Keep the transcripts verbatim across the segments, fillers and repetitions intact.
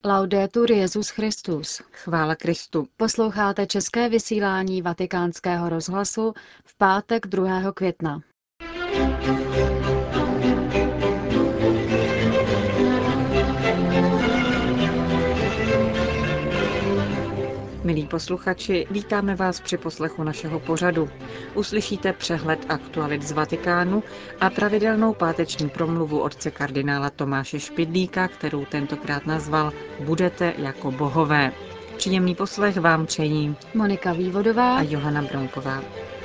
Laudetur Jesus Christus. Chvála Kristu. Posloucháte české vysílání Vatikánského rozhlasu v pátek druhého května. Milí posluchači, vítáme vás při poslechu našeho pořadu. Uslyšíte přehled aktualit z Vatikánu a pravidelnou páteční promluvu otce kardinála Tomáše Špidlíka, kterou tentokrát nazval Budete jako bohové. Příjemný poslech vám přejí Monika Vývodová a Johana Bronková.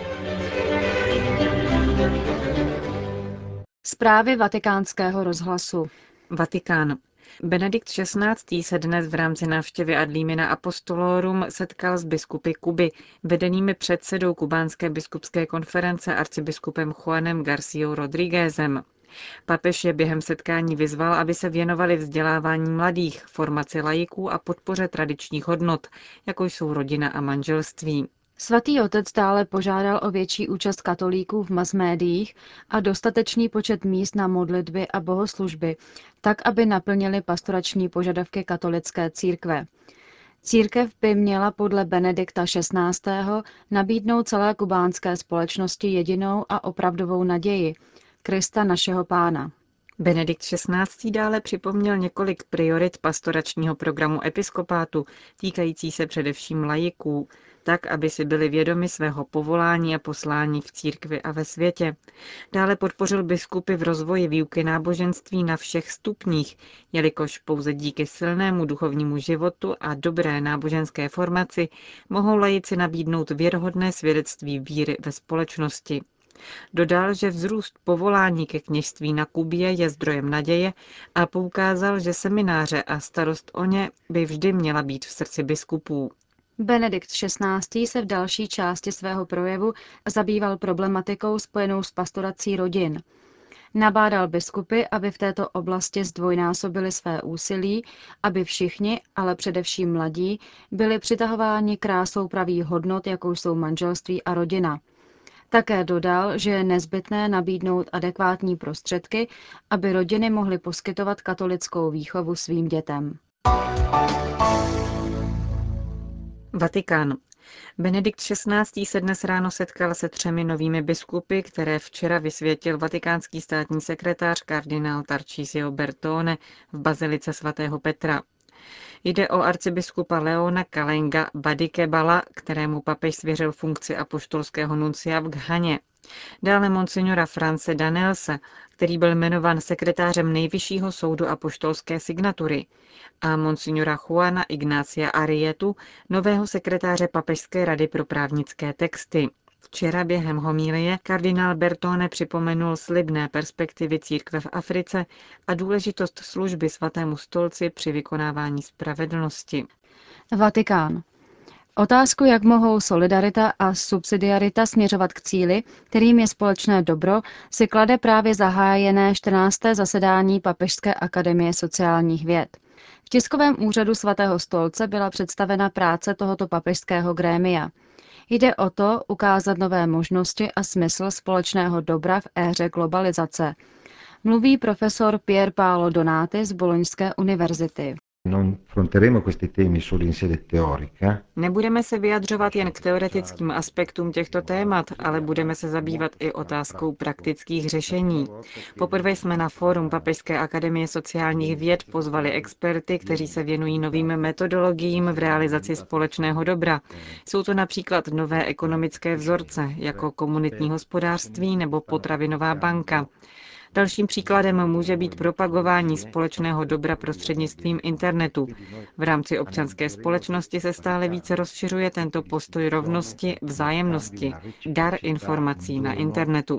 Zprávy Vatikánského rozhlasu. Vatikán. Benedikt šestnáctý. se dnes v rámci návštěvy Ad limina Apostolorum setkal s biskupy Kuby, vedenými předsedou kubánské biskupské konference arcibiskupem Juanem Garciou Rodríguezem. Papež je během setkání vyzval, aby se věnovali vzdělávání mladých, formaci laiků a podpoře tradičních hodnot, jako jsou rodina a manželství. Svatý otec dále požádal o větší účast katolíků v masmédiích a dostatečný počet míst na modlitby a bohoslužby, tak aby naplnili pastorační požadavky katolické církve. Církev by měla podle Benedikta šestnáctého. nabídnout celé kubánské společnosti jedinou a opravdovou naději, Krista našeho Pána. Benedikt šestnáctý. dále připomněl několik priorit pastoračního programu episkopátu, týkající se především laiků, tak, aby si byli vědomi svého povolání a poslání v církvi a ve světě. Dále podpořil biskupy v rozvoji výuky náboženství na všech stupních, jelikož pouze díky silnému duchovnímu životu a dobré náboženské formaci mohou laici nabídnout věrohodné svědectví víry ve společnosti. Dodal, že vzrůst povolání ke kněžství na Kubě je zdrojem naděje a poukázal, že semináře a starost o ně by vždy měla být v srdci biskupů. Benedikt šestnáctý. se v další části svého projevu zabýval problematikou spojenou s pastorací rodin. Nabádal biskupy, aby v této oblasti zdvojnásobili své úsilí, aby všichni, ale především mladí, byli přitahováni krásou pravých hodnot, jakou jsou manželství a rodina. Také dodal, že je nezbytné nabídnout adekvátní prostředky, aby rodiny mohly poskytovat katolickou výchovu svým dětem. Vatikán. Benedikt šestnáctý. se dnes ráno setkal se třemi novými biskupy, které včera vysvětil vatikánský státní sekretář kardinál Tarcisio Bertone v bazilice svatého Petra. Jde o arcibiskupa Leona Kalenga Badikebala, kterému papež svěřil funkci apoštolského nuncia v Ghaně. Dále monsignora France Danielse, který byl jmenován sekretářem Nejvyššího soudu apoštolské signatury, a monsignora Juana Ignacia Arrietu, nového sekretáře Papežské rady pro právnické texty. Včera během homilie kardinál Bertone připomenul slibné perspektivy církve v Africe a důležitost služby svatému stolci při vykonávání spravedlnosti. Vatikán. Otázku, jak mohou solidarita a subsidiarita směřovat k cíli, kterým je společné dobro, si klade právě zahájené čtrnácté zasedání Papežské akademie sociálních věd. V tiskovém úřadu svatého stolce byla představena práce tohoto papežského grémia. Jde o to ukázat nové možnosti a smysl společného dobra v éře globalizace. Mluví profesor Pier Paolo Donati z Boloňské univerzity. Nebudeme se vyjadřovat jen k teoretickým aspektům těchto témat, ale budeme se zabývat i otázkou praktických řešení. Poprvé jsme na fórum Papežské akademie sociálních věd pozvali experty, kteří se věnují novým metodologiím v realizaci společného dobra. Jsou to například nové ekonomické vzorce, jako komunitní hospodářství nebo potravinová banka. Dalším příkladem může být propagování společného dobra prostřednictvím internetu. V rámci občanské společnosti se stále více rozšiřuje tento postoj rovnosti, vzájemnosti, dar informací na internetu.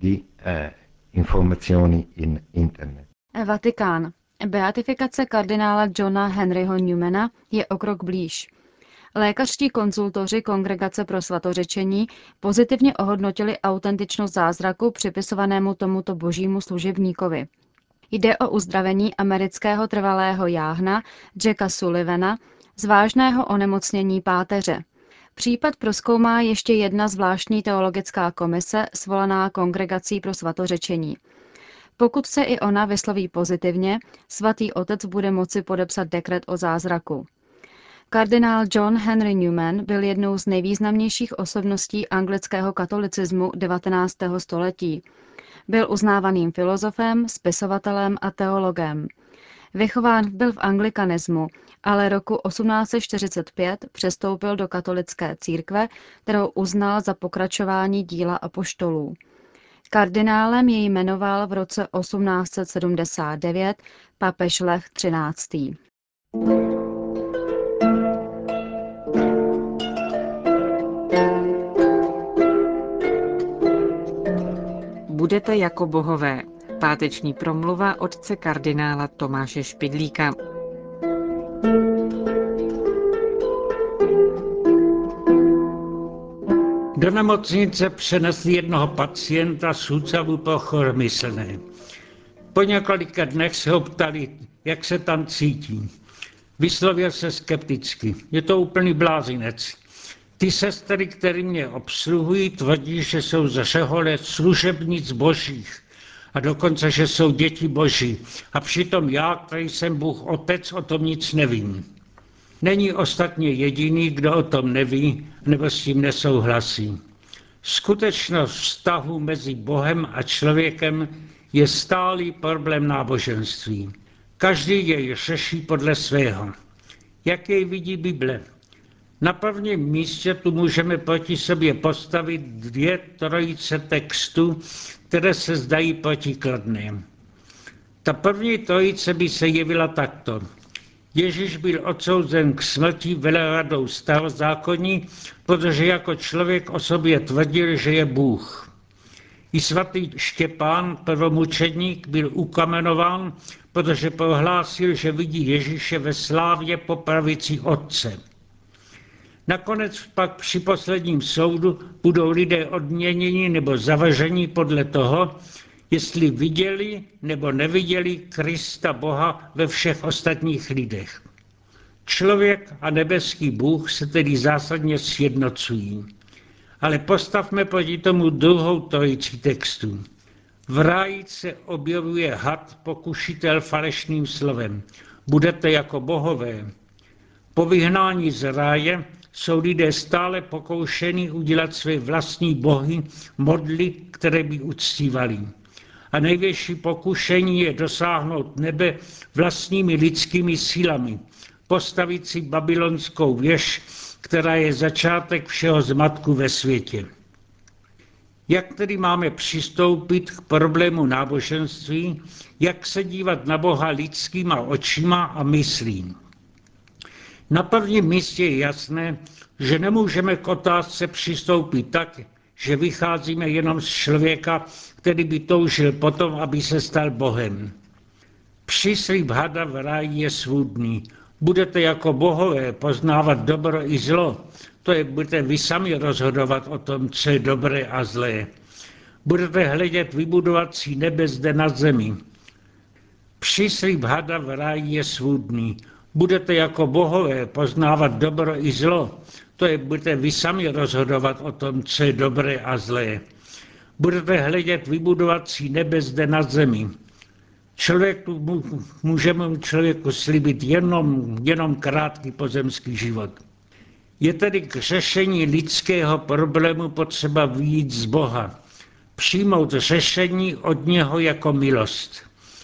Vatikán. Beatifikace kardinála Johna Henryho Newmana je o krok blíž. Lékařští konzultoři Kongregace pro svatořečení pozitivně ohodnotili autentičnost zázraku připisovanému tomuto božímu služebníkovi. Jde o uzdravení amerického trvalého jáhna Jacka Sullivana z vážného onemocnění páteře. Případ prozkoumá ještě jedna zvláštní teologická komise svolaná Kongregací pro svatořečení. Pokud se i ona vysloví pozitivně, svatý otec bude moci podepsat dekret o zázraku. Kardinál John Henry Newman byl jednou z nejvýznamnějších osobností anglického katolicismu devatenáctého století. Byl uznávaným filozofem, spisovatelem a teologem. Vychován byl v anglikanismu, ale roku osmnáct set čtyřicet pět přestoupil do katolické církve, kterou uznal za pokračování díla apoštolů. Kardinálem jej jmenoval v roce osmnáct set sedmdesát devět papež Lech třináctý. Budete jako bohové. Páteční promluva otce kardinála Tomáše Špidlíka. Do nemocnice přenesli jednoho pacienta s úcavu pochormyslné. Po několika dnech se ho ptali, jak se tam cítí. Vyslovil se skepticky. Je to úplný blázinec. Ty sestry, které mě obsluhují, tvrdí, že jsou ze řehole služebnic božích a dokonce, že jsou děti boží. A přitom já, který jsem Bůh Otec, o tom nic nevím. Není ostatně jediný, kdo o tom neví nebo s tím nesouhlasí. Skutečnost vztahu mezi Bohem a člověkem je stálý problém náboženství. Každý jej řeší podle svého. Jak jej vidí Bible? Na prvním místě tu můžeme proti sobě postavit dvě trojice textů, které se zdají protikladné. Ta první trojice by se jevila takto. Ježíš byl odsouzen k smrti veleradou starozákonní, protože jako člověk o sobě tvrdil, že je Bůh. I svatý Štěpán, prvomučedník, byl ukamenován, protože prohlásil, že vidí Ježíše ve slávě po pravici Otce. Nakonec pak při posledním soudu budou lidé odměněni nebo zavrženi podle toho, jestli viděli nebo neviděli Krista Boha ve všech ostatních lidech. Člověk a nebeský Bůh se tedy zásadně sjednocují. Ale postavme proti tomu druhou trojici textů. V ráji se objevuje had, pokušitel falešným slovem. Budete jako bohové. Po vyhnání z ráje jsou lidé stále pokoušeni udělat své vlastní bohy, modly, které by uctívali. A největší pokušení je dosáhnout nebe vlastními lidskými silami, postavit si babylonskou věž, která je začátek všeho zmatku ve světě. Jak tedy máme přistoupit k problému náboženství, jak se dívat na Boha lidskýma očima a myslí? Na prvním místě je jasné, že nemůžeme k otázce přistoupit tak, že vycházíme jenom z člověka, který by toužil potom, aby se stal Bohem. Příslib hada v ráji je svůdný. Budete jako bohové poznávat dobro i zlo. To je, budete vy sami rozhodovat o tom, co je dobré a zlé. Budete hledět vybudovat si nebe zde na zemi. Příslib hada v ráji je svůdný. Budete jako bohové poznávat dobro i zlo. To je, budete vy sami rozhodovat o tom, co je dobré a zlé. Budete hledět vybudovat si nebe zde na zemi. Člověku, můžeme člověku slíbit jenom, jenom krátký pozemský život. Je tedy k řešení lidského problému potřeba vyjít z Boha. Přijmout řešení od něho jako milost.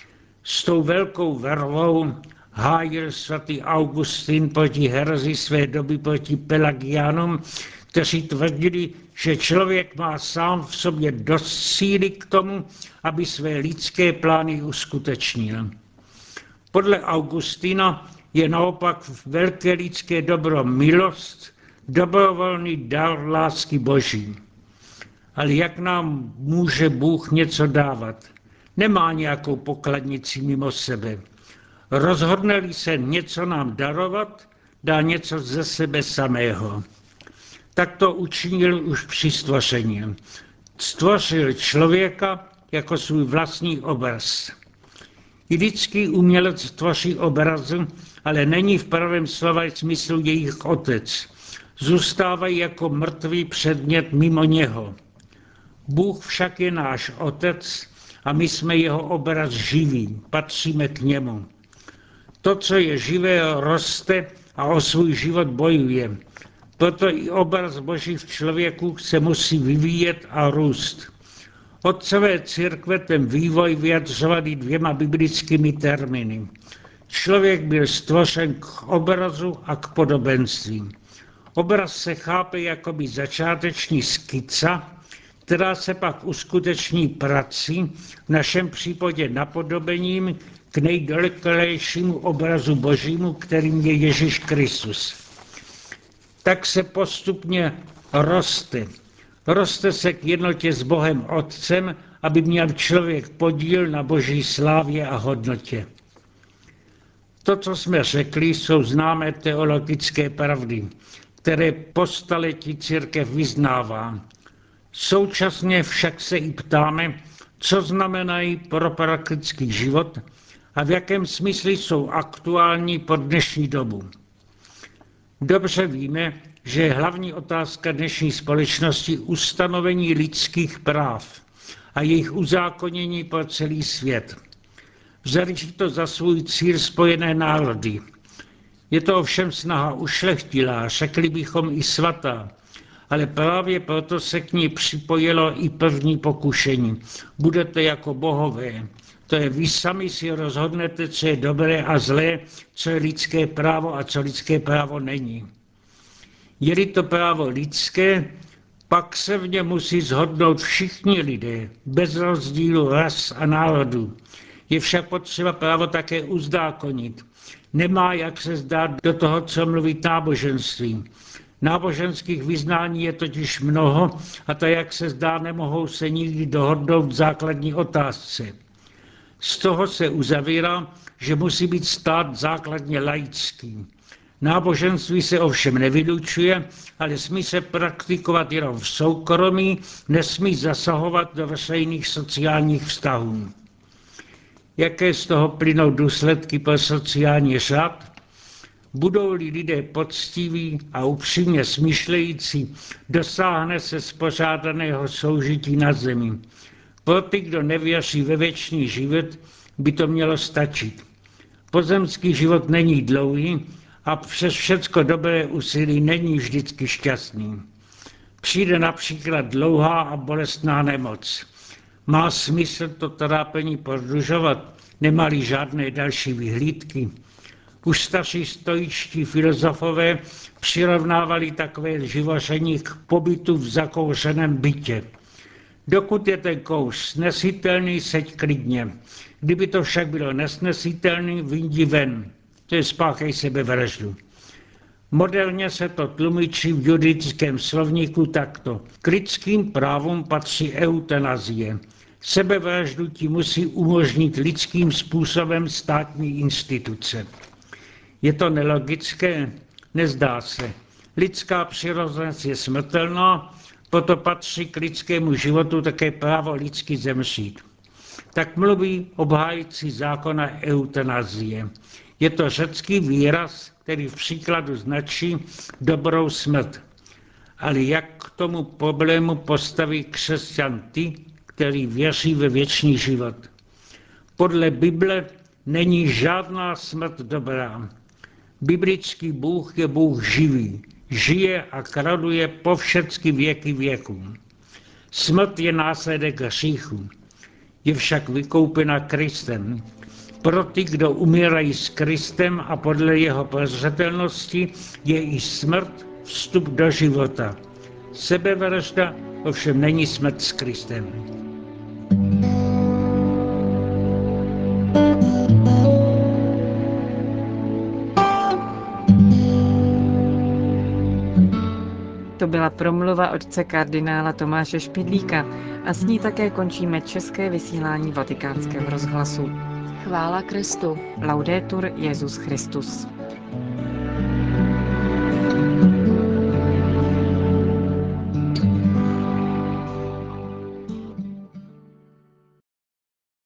S tou velkou vervou hájil svatý Augustin proti herezi své doby proti Pelagianům, kteří tvrdili, že člověk má sám v sobě dost síly k tomu, aby své lidské plány uskutečnil. Podle Augustina je naopak velké lidské dobro milost, dobrovolný dar lásky Boží. Ale jak nám může Bůh něco dávat? Nemá nějakou pokladnici mimo sebe. Rozhodne-li se něco nám darovat, dá něco ze sebe samého. Tak to učinil už při stvoření. Stvořil člověka jako svůj vlastní obraz. I lidský umělec tvoří obrazy, ale není v pravém slova smyslu jejich otec. Zůstávají jako mrtvý předmět mimo něho. Bůh však je náš otec a my jsme jeho obraz živý, patříme k němu. To, co je živé, roste a o svůj život bojuje. Proto i obraz Boží v člověku se musí vyvíjet a růst. Otcové církve ten vývoj vyjadřovali dvěma biblickými termíny. Člověk byl stvořen k obrazu a k podobenství. Obraz se chápe jakoby začáteční skica, která se pak uskuteční prací, v našem případě napodobením k nejdokonalejšímu obrazu Božímu, kterým je Ježíš Kristus. Tak se postupně roste. Roste se k jednotě s Bohem Otcem, aby měl člověk podíl na Boží slávě a hodnotě. To, co jsme řekli, jsou známé teologické pravdy, které po staletí církev vyznává. Současně však se i ptáme, co znamenají pro praktický život a v jakém smyslu jsou aktuální pro dnešní dobu. Dobře víme, že je hlavní otázka dnešní společnosti ustanovení lidských práv a jejich uzákonění pro celý svět. Vzali to za svůj cíl Spojené národy. Je to ovšem snaha ušlechtilá, řekli bychom i svatá, ale právě proto se k ní připojilo i první pokušení. Budete jako bohové. To je vy sami si rozhodnete, co je dobré a zlé, co je lidské právo a co lidské právo není. Je-li to právo lidské, pak se v něm musí shodnout všichni lidé, bez rozdílu ras a národů. Je však potřeba právo také uzdákonit. Nemá jak se zdát do toho, co mluví náboženství. Náboženských vyznání je totiž mnoho a to, jak se zdá, nemohou se nikdy dohodnout v základní otázce. Z toho se uzavírá, že musí být stát základně laický. Náboženství se ovšem nevylučuje, ale smí se praktikovat jenom v soukromí, nesmí zasahovat do veřejných sociálních vztahů. Jaké z toho plynou důsledky pro sociální řád? Budou-li lidé poctiví a upřímně smýšlející, dosáhne se spořádaného soužití na zemi. Pro ty, kdo nevěří ve věčný život, by to mělo stačit. Pozemský život není dlouhý a přes všecko dobré úsilí není vždycky šťastný. Přijde například dlouhá a bolestná nemoc. Má smysl to trápení prodlužovat? Nemá-li žádné další vyhlídky? Už starší stoičtí filozofové přirovnávali takové živoření k pobytu v zakouřeném bytě. Dokud je ten kouř snesitelný, seď klidně. Kdyby to však bylo nesnesitelný, vyjdi ven. To je spáchej sebevraždu. Moderně se to tlumičí v juridickém slovníku takto. K lidským právům patří eutanazie. Sebevraždu ti musí umožnit lidským způsobem státní instituce. Je to nelogické? Nezdá se. Lidská přirozenost je smrtelná, proto patří k lidskému životu také právo lidsky zemřít. Tak mluví obhájci zákona eutanazie. Je to řecký výraz, který v příkladu značí dobrou smrt. Ale jak k tomu problému postaví křesťan ty, který věří ve věčný život? Podle Bible není žádná smrt dobrá. Biblický Bůh je Bůh živý, žije a kráľuje po všechny věky věků. Smrt je následek hříchu, je však vykoupena Kristem. Pro ty, kdo umírají s Kristem a podle jeho prozřetelnosti, je i smrt vstup do života. Sebevražda ovšem není smrt s Kristem. To byla promluva otce kardinála Tomáše Špidlíka a s ní také končíme české vysílání Vatikánského rozhlasu. Chvála Kristu. Laudetur Jesus Christus.